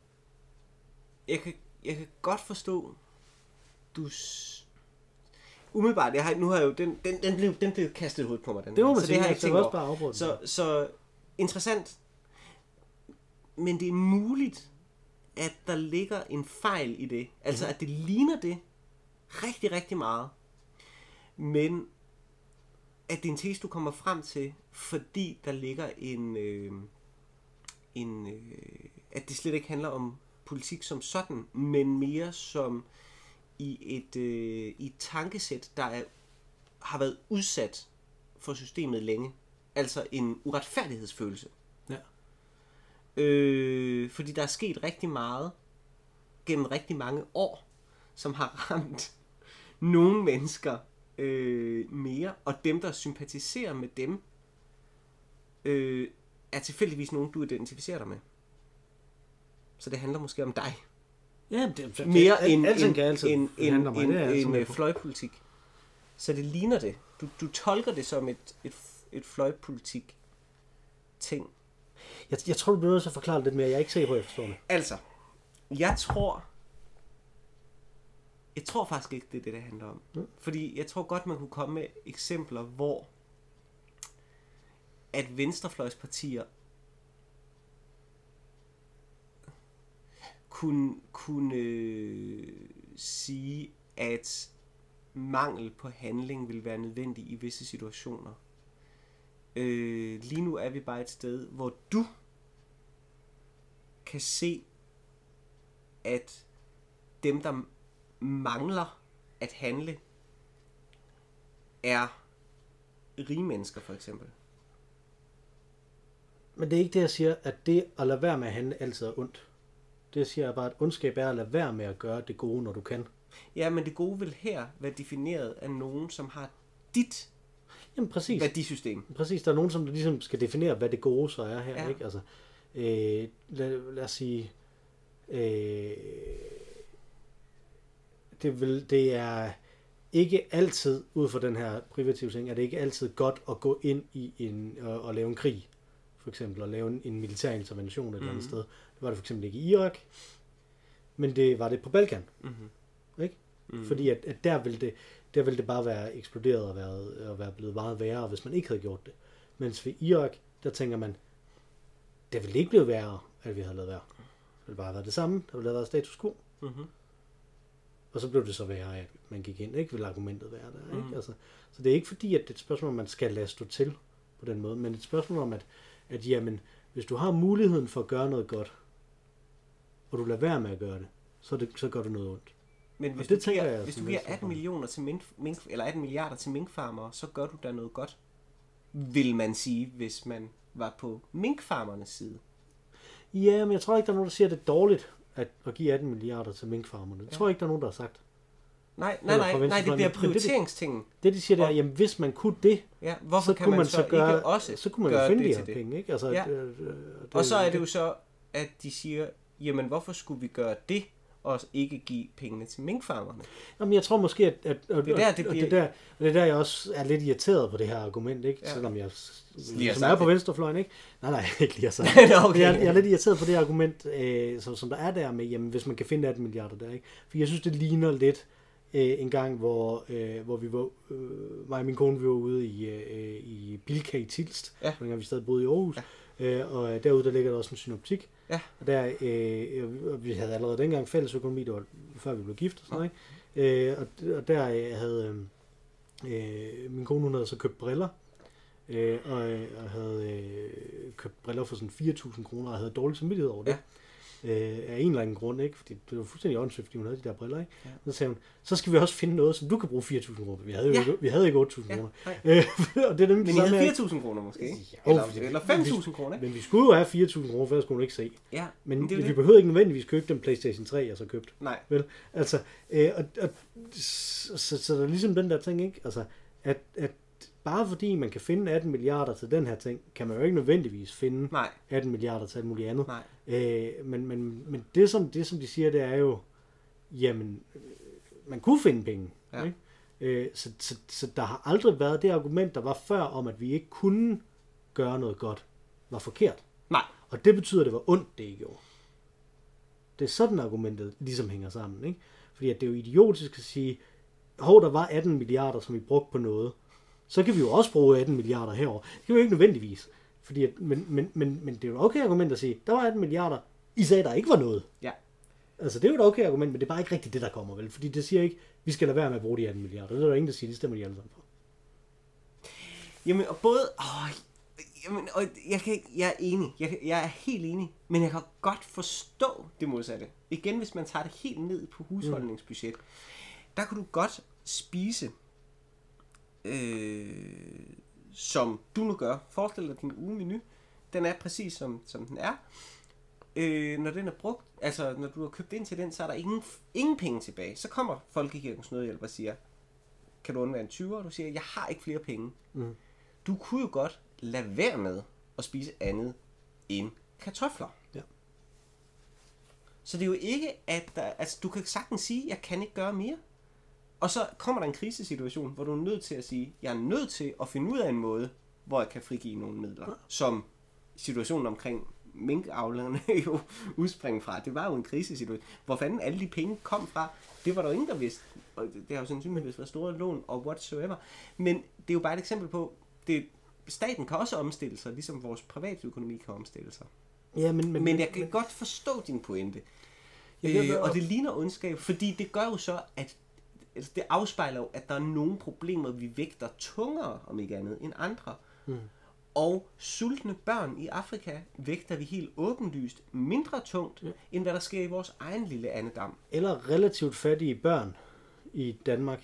Jeg kan godt forstå, du... Umiddelbart, nu har jeg jo... Den blev kastet i hovedet på mig, den. Det må man så sige, det har jeg ikke også bare afprøve. Så interessant. Men det er muligt, at der ligger en fejl i det. Altså, at det ligner det rigtig, rigtig meget. Men at det er en tese, du kommer frem til, fordi der ligger at det slet ikke handler om politik som sådan, men mere som i et tankesæt, der har været udsat for systemet længe. Altså en uretfærdighedsfølelse. Ja. Fordi der er sket rigtig meget gennem rigtig mange år, som har ramt nogle mennesker mere, og dem, der sympatiserer med dem, er tilfældigvis nogen, du identificerer dig med. Så det handler måske om dig. Ja, mere end fløjpolitik. Så det ligner det. Du tolker det som et fløjpolitik ting. Jeg tror, du bliver nødt til at forklare det lidt mere. Jeg er ikke sikker på, at jeg forstår det. Altså, jeg tror faktisk ikke, det er det handler om. Fordi jeg tror godt, man kunne komme med eksempler, hvor at venstrefløjspartier kunne sige, at mangel på handling vil være nødvendig i visse situationer. Lige nu er vi bare et sted, hvor du kan se, at dem, der mangler at handle, er rige mennesker, for eksempel. Men det er ikke det, jeg siger, at det at lade være med at handle altid er ondt. Det jeg siger bare, at ondskab er at lade være med at gøre det gode, når du kan. Ja, men det gode vil her være defineret af nogen, som har dit værdisystem. Præcis, der er nogen, som ligesom skal definere, hvad det gode så er her. Ja. Ikke? Altså, lad os sige, det er ikke altid, ud fra den her privative ting, er det ikke altid godt at gå ind i og lave en krig, for eksempel, og lave en militær intervention et eller andet sted. Det var det for eksempel ikke i Irak, men det var det på Balkan. Ikke? Fordi at der ville det bare være eksploderet og være blevet meget værre, hvis man ikke havde gjort det. Mens ved Irak, der tænker man, det ville ikke blive værre, at vi havde lavet være. Det ville bare være det samme. Der ville have været status quo. Og så blev det så værre, at man gik ind, ikke? Vil argumentet være der, ikke? Altså, så det er ikke fordi, at det er et spørgsmål, om man skal lade stå til på den måde, men et spørgsmål om, at jamen, hvis du har muligheden for at gøre noget godt, og du lader være med at gøre det, så gør det noget ondt. Men hvis du giver 18 millioner til eller 18 milliarder til minkfarmere, så gør du da noget godt, vil man sige, hvis man var på minkfarmernes side. Ja, men jeg tror ikke, der er nogen, der siger, at det er dårligt at give 18 milliarder til minkfarmerne. Det tror jeg ikke, der er nogen, der har sagt. Nej, det bliver prioriteringstingen. Det de siger, det er, jamen hvis man kunne det, hvorfor så kan kunne man så gøre, ikke også så kunne man jo finde de her penge, ikke? Altså, og så er det jo så, at de siger, jamen hvorfor skulle vi gøre det, og ikke give pengene til minkfarmerne? Jamen jeg tror måske, at det er der, jeg også er lidt irriteret på det her argument, ikke? Ja. Selvom jeg som er på venstrefløjen, ikke? Nej, ikke lige så. Okay. Jeg er lidt irriteret på det argument, som der er der med, jamen hvis man kan finde 18 milliarder der, ikke? For jeg synes, det ligner lidt en gang, hvor vi var, mig og min kone, vi var ude i Bilka i Tilst, dengang vi stadig boede i Aarhus, og derude der ligger der også en synoptik. Ja. Og der, vi havde allerede dengang fælles økonomi, det var før vi blev gift og sådan noget, ikke? Og der havde min kone, hun havde så købt briller, og havde købt briller for sådan 4.000 kroner, og havde dårlig samvittighed over det. af en eller anden grund, ikke? Fordi det var fuldstændig åndssvagt, fordi hun havde de der briller, ikke? Ja. Så sagde hun, så skal vi også finde noget, som du kan bruge 4.000 kroner. Vi havde ikke 8.000 kroner. Og det er men I havde 4.000 kroner måske, ikke? Eller 5.000 kroner, ikke? Men vi skulle jo have 4.000 kroner, for ellers kunne hun ikke se. Ja, men vi behøvede ikke nødvendigvis købe den PlayStation 3, jeg så købte. Nej. Vel? Altså, så der er ligesom den der ting, ikke? Altså, at bare fordi man kan finde 18 milliarder til den her ting, kan man jo ikke nødvendigvis finde 18 milliarder til alt muligt andet. Men det som de siger, det er jo, jamen, man kunne finde penge. Ja. Ikke? Så der har aldrig været det argument, der var før, om at vi ikke kunne gøre noget godt, var forkert. Nej. Og det betyder, at det var ondt, det ikke gjorde. Det er sådan argumentet ligesom hænger sammen. Ikke? Fordi at det er jo idiotisk at sige, der var 18 milliarder, som vi brugte på noget. Så kan vi jo også bruge 18 milliarder herover. Det kan vi jo ikke nødvendigvis. Fordi men det er jo okay argument at sige, der var 18 milliarder, I sagde, der ikke var noget. Ja. Altså det er jo et okay argument, men det er bare ikke rigtigt det, der kommer vel. Fordi det siger ikke, vi skal lade være med at bruge de 18 milliarder. Det er der ingen, der siger, det stemmer de alle sammen for. Jamen, og både... og jeg er enig. Jeg er helt enig. Men jeg kan godt forstå det modsatte. Igen, hvis man tager det helt ned på husholdningsbudget. Der kunne du godt spise... som du nu gør. Forestil dig din ugemenu. Den er præcis som den er. Når den er brugt, altså når du har købt ind til den, så er der ingen penge tilbage. Så kommer Folkekirkens Nødhjælp og siger, kan du undvære en 20'er? Og du siger, jeg har ikke flere penge. Du kunne jo godt lade være med at spise andet end kartofler. Ja. Så det er jo ikke, at du kan sagtens sige, jeg kan ikke gøre mere. Og så kommer der en krisesituation, hvor du er nødt til at sige, jeg er nødt til at finde ud af en måde, hvor jeg kan frigive nogle midler. Som situationen omkring minkavlerne jo udspringer fra. Det var jo en krisesituation. Hvor fanden alle de penge kom fra, det var der jo ingen, der vidste. Og det har jo sandsynligvis været store lån og whatsoever. Men det er jo bare et eksempel på, staten kan også omstille sig, ligesom vores private økonomi kan omstille sig. Ja, men jeg kan godt forstå din pointe. Og det ligner ondskab, fordi det gør jo så, at det afspejler jo, at der er nogle problemer, vi vægter tungere, om ikke andet, end andre. Og sultne børn i Afrika vægter vi helt åbenlyst mindre tungt, end hvad der sker i vores egen lille andedam. Eller relativt fattige børn i Danmark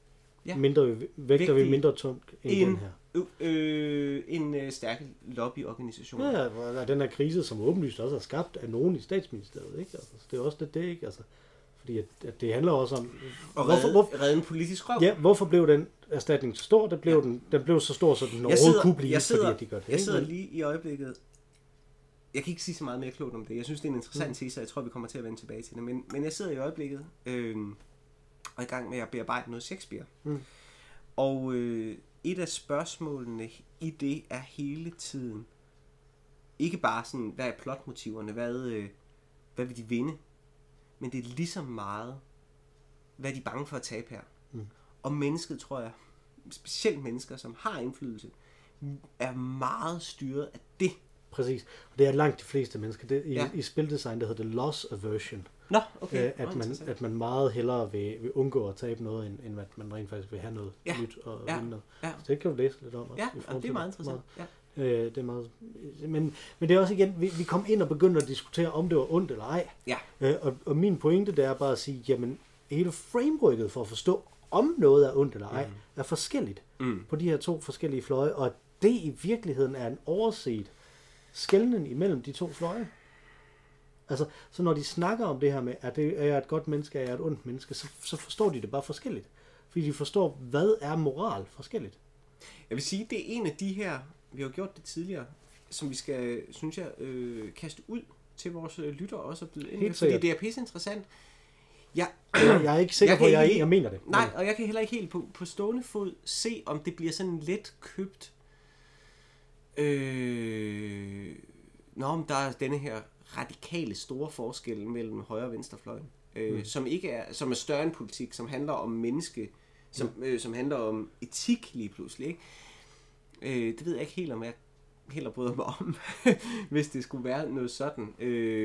vægter vi mindre tungt end den her. En stærk lobbyorganisation. Ja, den her krise, som åbenlyst også er skabt af nogen i statsministeriet. Ikke? Altså, det er også det ikke? Altså, fordi at det handler også om... Og redde en politisk røv. Ja, hvorfor blev den erstatning så stor? Den blev så stor, så den overhovedet kunne blive, fordi at de gør det. Jeg sidder lige i øjeblikket... Jeg kan ikke sige så meget mere klogt om det. Jeg synes, det er en interessant tese, og jeg tror, vi kommer til at vende tilbage til det. Men jeg sidder i øjeblikket og er i gang med at bearbejde noget Shakespeare. Og et af spørgsmålene i det er hele tiden ikke bare sådan, hvad er plotmotiverne, hvad vil de vinde? Men det er ligesom meget, hvad er de bange for at tabe her. Og mennesket, tror jeg, specielt mennesker, som har indflydelse, er meget styret af det. Præcis. Og det er langt de fleste mennesker. I spildesign, der hedder det loss aversion. Nå, okay. At man meget hellere vil undgå at tabe noget, end at man rent faktisk vil have noget nyt og vinde noget. Ja. Så det kan du læse lidt om. Ja, det er meget interessant. Det er meget, men det er også igen, vi kom ind og begyndte at diskutere, om det var ondt eller ej. Ja. Og min pointe, det er bare at sige, jamen, hele frameworket for at forstå, om noget er ondt eller ej, er forskelligt på de her to forskellige fløje, og det i virkeligheden er en overset skelnen imellem de to fløje. Altså, så når de snakker om det her med, er jeg et godt menneske, er jeg et ondt menneske, så forstår de det bare forskelligt. Fordi de forstår, hvad er moral forskelligt. Jeg vil sige, det er en af de her, vi har gjort det tidligere, som vi skal, synes jeg, kaste ud til vores lyttere også og byde ind med, fordi det er pisse interessant. Jeg er ikke sikker på, at jeg mener det. Nej, og jeg kan heller ikke helt på stående fod se, om det bliver sådan let købt. Men der er denne her radikale store forskel mellem højre og venstrefløjen, som er større end politik, som handler om menneske, som handler om etik lige pludselig, ikke? Det ved jeg ikke helt, om jeg heller bryder mig om, hvis det skulle være noget sådan.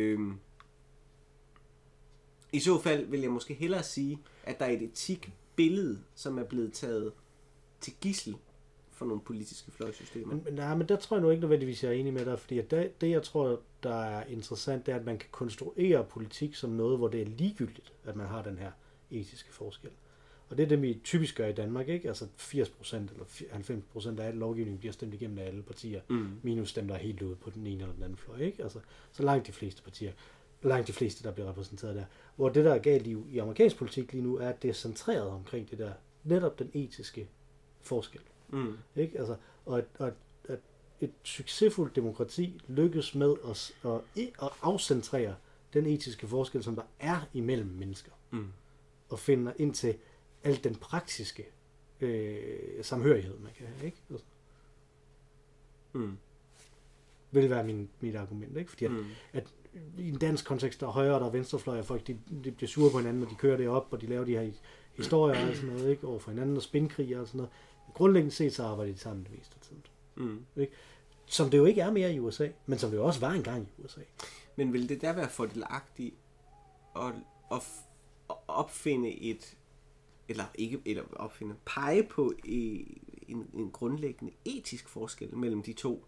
I så fald vil jeg måske hellere sige, at der er et etikbillede, som er blevet taget til gidsel for nogle politiske fløjsystemer. Men der tror jeg nu ikke nødvendigvis, jeg er enig med dig, fordi at det, jeg tror, der er interessant, det er, at man kan konstruere politik som noget, hvor det er ligegyldigt, at man har den her etiske forskel. Og det er det, vi typisk gør i Danmark, ikke? Altså 80% eller 90% af al lovgivning bliver stemt igennem af alle partier, minus dem, der er helt ude på den ene eller den anden fløj, ikke? Altså, så langt de fleste partier, langt de fleste, der bliver repræsenteret der. Hvor det, der er galt i amerikansk politik lige nu, er, at det er centreret omkring det der, netop den etiske forskel. Ikke? Altså, og at et succesfuldt demokrati lykkes med at afcentrere den etiske forskel, som der er imellem mennesker. Og finder ind til al den praktiske samhørighed, man kan have. Ikke? Altså. Vil være mit argument. Ikke? Fordi at i en dansk kontekst, der er højre og der er venstrefløj, og folk de bliver sure på hinanden, og de kører det op, og de laver de her historier og sådan noget, ikke? Over for hinanden og spindkriger og sådan noget. Grundlæggende set, så arbejder de sammen det meste af tiden. Ikke? Som det jo ikke er mere i USA, men som det jo også var engang i USA. Men vil det der være fordelagtigt at opfinde pege på en grundlæggende etisk forskel mellem de to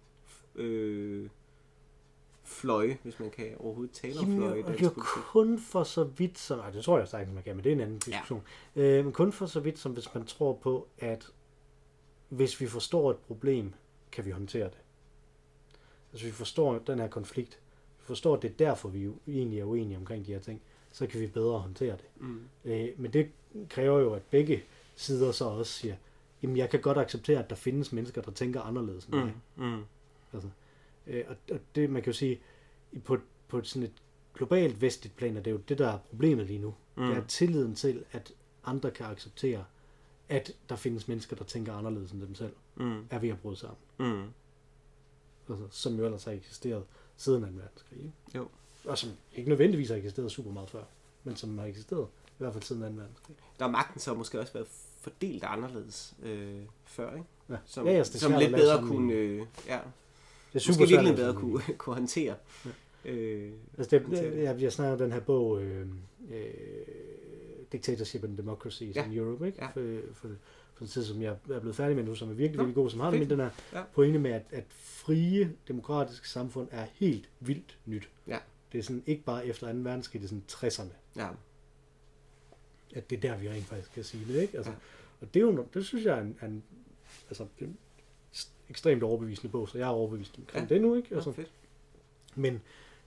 fløje, hvis man kan overhovedet tale om fløje i dansk politik? Kun for så vidt som, det tror jeg sagtens man kan, men det er en anden diskussion. Ja. Men kun for så vidt som, hvis man tror på, at hvis vi forstår et problem, kan vi håndtere det. Altså vi forstår den her konflikt, vi forstår, at det er derfor, vi egentlig er uenige omkring de her ting, så kan vi bedre håndtere det. Men det kræver jo, at begge sider så også siger, jamen jeg kan godt acceptere, at der findes mennesker, der tænker anderledes end mig. Altså, og det, man kan jo sige, på sådan et globalt vestligt plan, og det er jo det, der er problemet lige nu. Det er tilliden til, at andre kan acceptere, at der findes mennesker, der tænker anderledes end dem selv, er ved at bryde sammen. Altså, som jo ellers har eksisteret siden 2. verdenskrig. Ikke? Jo. Og som ikke nødvendigvis har eksisteret super meget før, men som har eksisteret i hvert fald siden 2. verdenskrig. Der har magten så måske også været fordelt anderledes før, ikke? Ja. Som lidt bedre kunne... Det er super måske virkelig bedre kunne håndtere. Ja. Altså jeg snakker om den her bog, Dictatorship and Democracy in Europe, ikke? Ja. For det tid, som jeg er blevet færdig med nu, som er virkelig god, som har det med den her pointe med, at frie demokratiske samfund er helt vildt nyt. Ja. Det er sådan ikke bare efter 2. verdenskrig, det er sådan 60'erne. Ja. At det er der, vi rent faktisk kan sige det, ikke? Altså, og det er jo, det synes jeg er en ekstremt overbevisende bog, så jeg er overbevist omkring det nu, ikke? Altså, fedt. Men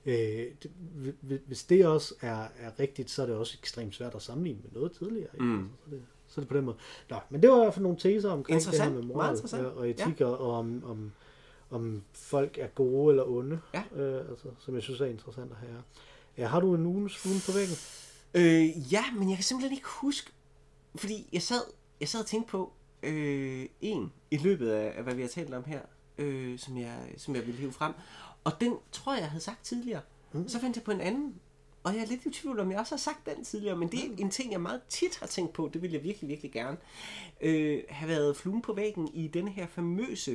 hvis det også er rigtigt, så er det også ekstremt svært at sammenligne med noget tidligere, ikke? Altså, så er det på den måde. Nå, men det var i hvert fald nogle teser omkring det her med moral og etik, og om folk er gode eller onde, altså, som jeg synes er interessant at have. Ja, har du en ugens flue på væggen? Ja, men jeg kan simpelthen ikke huske, fordi jeg sad og tænkte på en i løbet af, hvad vi har talt om her, som jeg ville hive frem. Og den tror jeg havde sagt tidligere. Så fandt jeg på en anden, og jeg er lidt i tvivl om, jeg også har sagt den tidligere, men det er en ting, jeg meget tit har tænkt på. Det vil jeg virkelig, virkelig gerne have været fluen på væggen i denne her famøse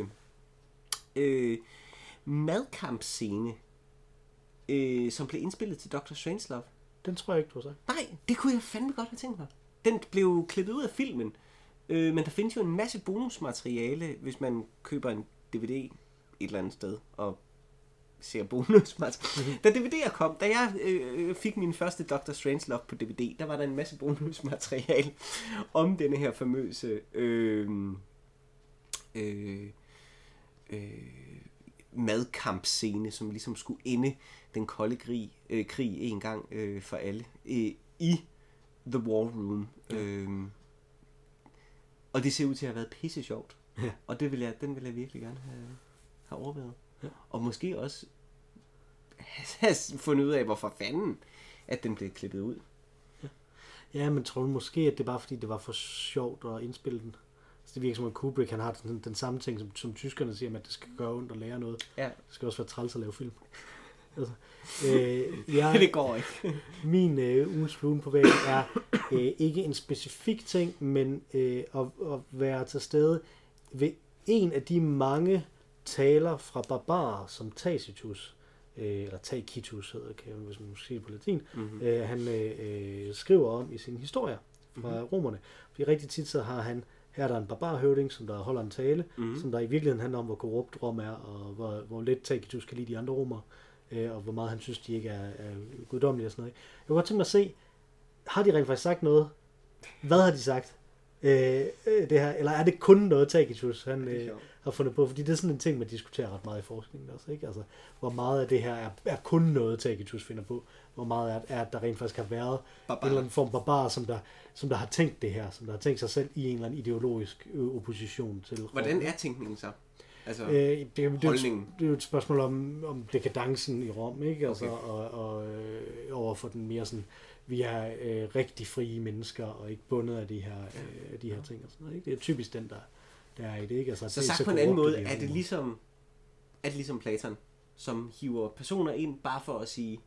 madkampscene, som blev indspillet til Dr. Strangelove. Den tror jeg ikke, du har sagt. Nej, det kunne jeg fandme godt have tænkt mig. Den blev klippet ud af filmen, men der findes jo en masse bonusmateriale, hvis man køber en DVD et eller andet sted, og ser bonusmateriale. Da DVD'er kom, da jeg fik min første Dr. Strangelove på DVD, der var der en masse bonusmateriale om denne her famøse madkampscene, som ligesom skulle ende den kolde krig en gang for alle i The War Room. Og det ser ud til at have været pisse sjovt. Ja. Og den vil jeg virkelig gerne have overvejet. Ja. Og måske også have fundet ud af, hvorfor fanden, at den blev klippet ud. Ja, men tror du måske, at det er bare fordi, det var for sjovt at indspille den? Så det virker som, at Kubrick han har den samme ting, som tyskerne siger, at det skal gøre ondt at lære noget. Ja. Det skal også være træls at lave film. Altså, det går ikke. Min ugens fluen på væggen er ikke en specifik ting, men at være til stede ved en af de mange taler fra barbarer, som Tacitus, eller Tacitus hedder det, hvis man måske sige på latin, han skriver om i sine historier fra romerne. Fordi rigtig tit så har her er der en barbarhøvding, som der holder en tale, som der i virkeligheden handler om, hvor korrupt Rom er, og hvor lidt Tacitus kan lide de andre romere, og hvor meget han synes, de ikke er guddommelige og sådan noget. Jeg kunne godt tænke mig at se, har de rent faktisk sagt noget? Hvad har de sagt? Det her, eller er det kun noget Tacitus han har fundet på, fordi det er sådan en ting man diskuterer ret meget i forskningen også, ikke? Altså hvor meget af det her er kun noget Tacitus finder på, hvor meget er at der rent faktisk har været en eller anden form barbar, som der har tænkt det her, som der har tænkt sig selv i en eller anden ideologisk opposition til. Hvordan er tænkningen så? Altså det er jo et spørgsmål om dekadencen i Rom, ikke? Altså og over for den mere sådan vi er rigtig frie mennesker og ikke bundet af de her ting og sådan noget, ikke? Det er typisk den der er i det, ikke? Altså, så sagt på en anden måde, er det ligesom Platon, som hiver personer ind bare for at sige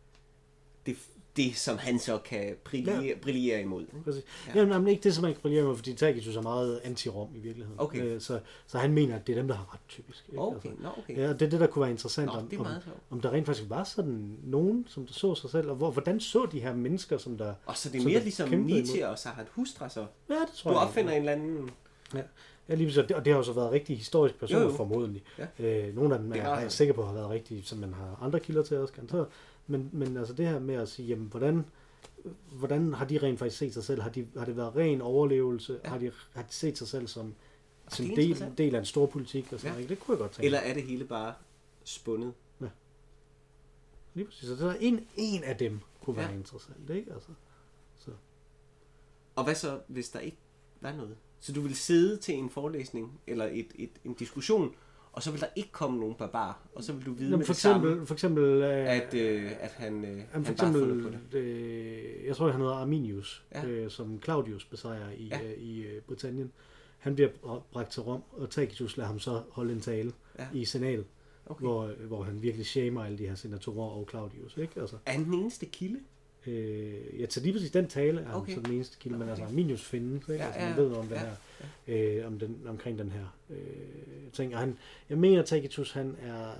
det som han så kan brillere imod. Præcis. Ja. Jamen ikke det, som han kan brillere imod, fordi Tacitus er meget anti-Rom i virkeligheden. Okay. Så han mener, at det er dem, der har ret typisk. Ikke? Okay. Ja, det er det, der kunne være interessant, om der rent faktisk var sådan nogen, som der så sig selv, og hvordan så de her mennesker, som der... Og så det er mere ligesom Nietzsche og Zarathustra, så ja, det tror du opfinder en eller anden... Ja, lige så, og det har jo så været rigtig historiske personer formodentlig. Ja. Nogle af dem er jeg sikker på har været rigtige, som man har andre kilder til også garanteret. Men altså det her med at sige, jamen, hvordan har de rent faktisk set sig selv? Har det været ren overlevelse? Ja. Har de set sig selv som del af en stor politik? Og sådan noget? Det kunne jeg godt tænke. Eller er det hele bare spundet? Ja. Lige præcis. Så det er en af dem kunne være interessant, ikke? Altså, så. Og hvad så, hvis der ikke var noget? Så du vil sidde til en forelæsning, eller en diskussion, og så vil der ikke komme nogen barbar, og så vil du vide for eksempel, at han bare fundet på det. Jeg tror, han hedder Arminius, som Claudius besejrer i Britannien. Han bliver bragt til Rom, og Tacitus lader ham så holde en tale i senatet, hvor han virkelig shamer alle de her senatorer og Claudius. Ikke? Altså, er han den eneste kilde? Så lige præcis den tale er så den eneste kilde, men altså Arminius findes, ikke? Altså man ved om det her, omkring den her ting. Og jeg mener, Tacitus, han er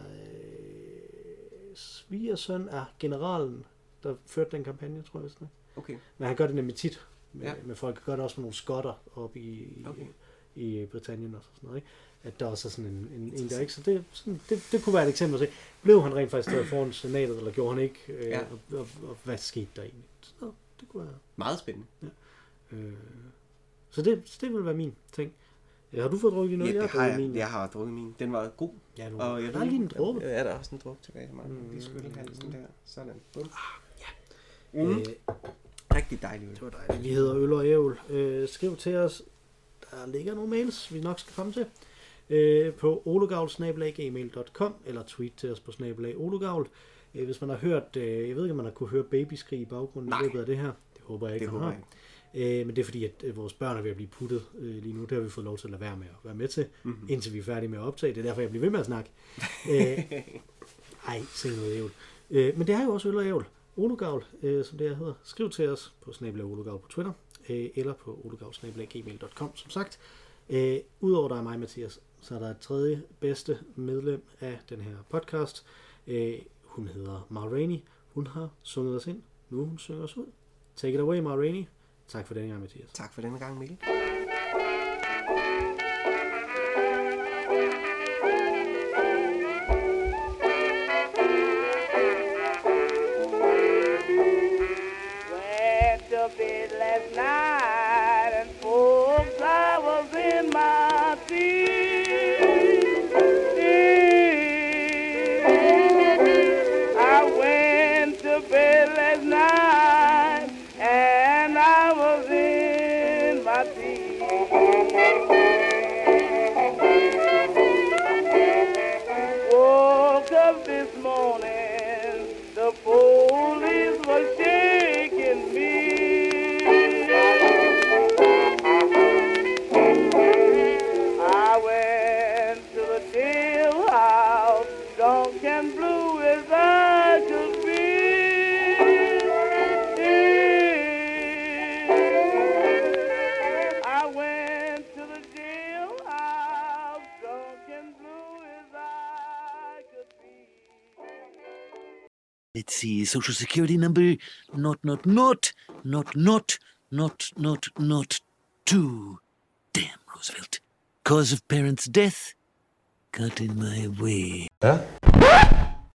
svigersøn af generalen, der førte den kampagne, tror jeg. Okay. Men han gør det nemlig tit med folk. Han gør det også med nogle skotter oppe i Britannien og sådan noget, ikke? At der også er sådan en der ikke. Så det kunne være et eksempel at se. Blev han rent faktisk taget foran senatet, eller gjorde han ikke? Og hvad skete der egentlig? Så det kunne være meget spændende. Ja. Så det vil være min ting. Har du fået drukket noget? Jeg har drukket min. Den var god. Ja, og der er lige en dråbe. Ja, der er også en dråbe tilbage til mig. Vi skulle have sådan der. Sådan. Bum. Rigtig dejligt. Det var dejligt. Vi hedder Øl og Ævl. Skriv til os. Der ligger nogle mails, vi nok skal komme til. På olegavl@gmail.com eller tweet til os på @olegavl. Hvis man har hørt, jeg ved ikke om man har kunne høre babyskrig i baggrunden i løbet af det her. Det håber jeg ikke. Det håber jeg. Men det er fordi, at vores børn er ved at blive puttet lige nu. Det har vi fået lov til at lade være med til, indtil vi er færdige med at optage. Det er derfor, jeg bliver ved med at snakke. Se noget ævl. Men det er jo også Øl og Ævl. Olegavl, som det her hedder. Skriv til os på @olegavl på Twitter, eller på olegavl@gmail.com, som sagt. Udover dig og mig, Mathias, så er der et tredje bedste medlem af den her podcast. Hun hedder Ma Rainey. Hun har sunget os ind. Nu hun synger os ud. Take it away, Ma Rainey. Tak for denne gang, Mathias. Tak for denne gang, Mikkel. Went to bed last night and 4 flowers in my teeth. I went to bed last night and I was in my teeth. Woke up this morning, the police were shaking me. I went to the jailhouse, drunk and blue as I could be. I went to the jailhouse, drunk and blue as I could be. Let's see, social security number, not 2. Damn. Roosevelt. Cause of parents' death got in my way.